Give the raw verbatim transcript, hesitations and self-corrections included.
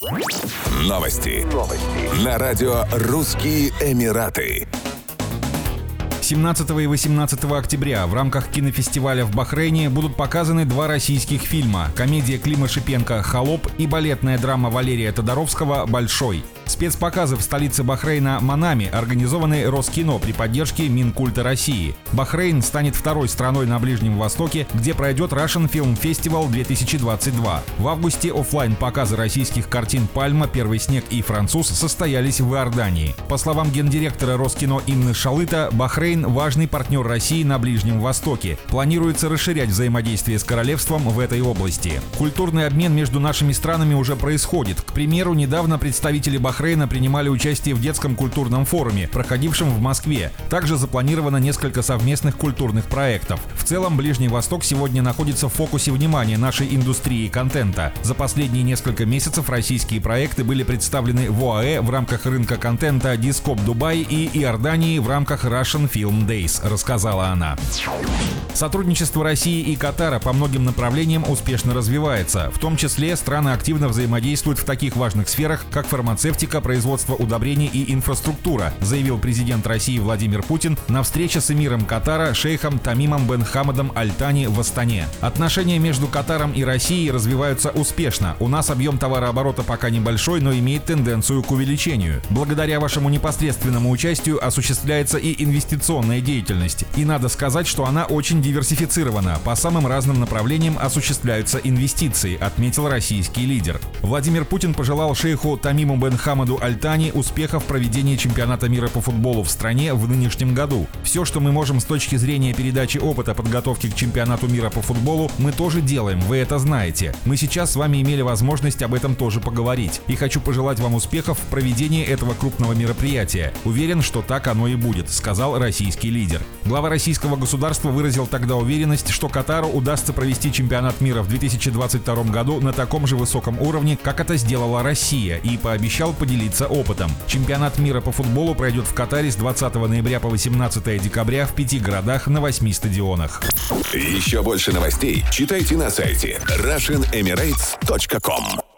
Новости. Новости. На радио «Русские Эмираты». семнадцатого и восемнадцатого октября в рамках кинофестиваля в Бахрейне будут показаны два российских фильма: комедия Клима Шипенко «Холоп» и балетная драма Валерия Тодоровского «Большой». Спецпоказы в столице Бахрейна Манами организованы Роскино при поддержке Минкульта России. Бахрейн станет второй страной на Ближнем Востоке, где пройдет Russian Film Festival две тысячи двадцать два. В августе офлайн показы российских картин «Пальма», «Первый снег» и «Француз» состоялись в Иордании. По словам гендиректора Роскино Инны Шалыта, Бахрейн – важный партнер России на Ближнем Востоке. Планируется расширять взаимодействие с королевством в этой области. Культурный обмен между нашими странами уже происходит. К примеру, недавно представители Бахрейна принимали участие в детском культурном форуме, проходившем в Москве. Также запланировано несколько совместных культурных проектов. В целом, Ближний Восток сегодня находится в фокусе внимания нашей индустрии контента. За последние несколько месяцев российские проекты были представлены в ОАЭ в рамках рынка контента Дископ Дубай и Иордании в рамках Russian Film Days, рассказала она. Сотрудничество России и Катара по многим направлениям успешно развивается. В том числе страны активно взаимодействуют в таких важных сферах, как фармацевтика, производство удобрений и инфраструктура, заявил президент России Владимир Путин на встрече с эмиром Катара шейхом Тамимом бен Хамадом Аль-Тани в Астане. Отношения между Катаром и Россией развиваются успешно. У нас объем товарооборота пока небольшой, но имеет тенденцию к увеличению. Благодаря вашему непосредственному участию осуществляется и инвестиционная деятельность. И надо сказать, что она очень диверсифицирована. По самым разным направлениям осуществляются инвестиции, отметил российский лидер. Владимир Путин пожелал шейху Тамиму бен Хамаду Аль-Тани успехов в проведении чемпионата мира по футболу в стране в нынешнем году. Все, что мы можем с точки зрения передачи опыта подготовки к чемпионату мира по футболу, мы тоже делаем, вы это знаете. Мы сейчас с вами имели возможность об этом тоже поговорить. И хочу пожелать вам успехов в проведении этого крупного мероприятия. Уверен, что так оно и будет, сказал российский лидер. Глава российского государства выразил тогда уверенность, что Катару удастся провести чемпионат мира в две тысячи двадцать втором году на таком же высоком уровне, как это сделала Россия, и пообещал поделиться опытом. Чемпионат мира по футболу пройдет в Катаре с двадцатого ноября по восемнадцатое декабря в пяти городах на восьми стадионах. Еще больше новостей читайте на сайте Russian Emirates точка ком.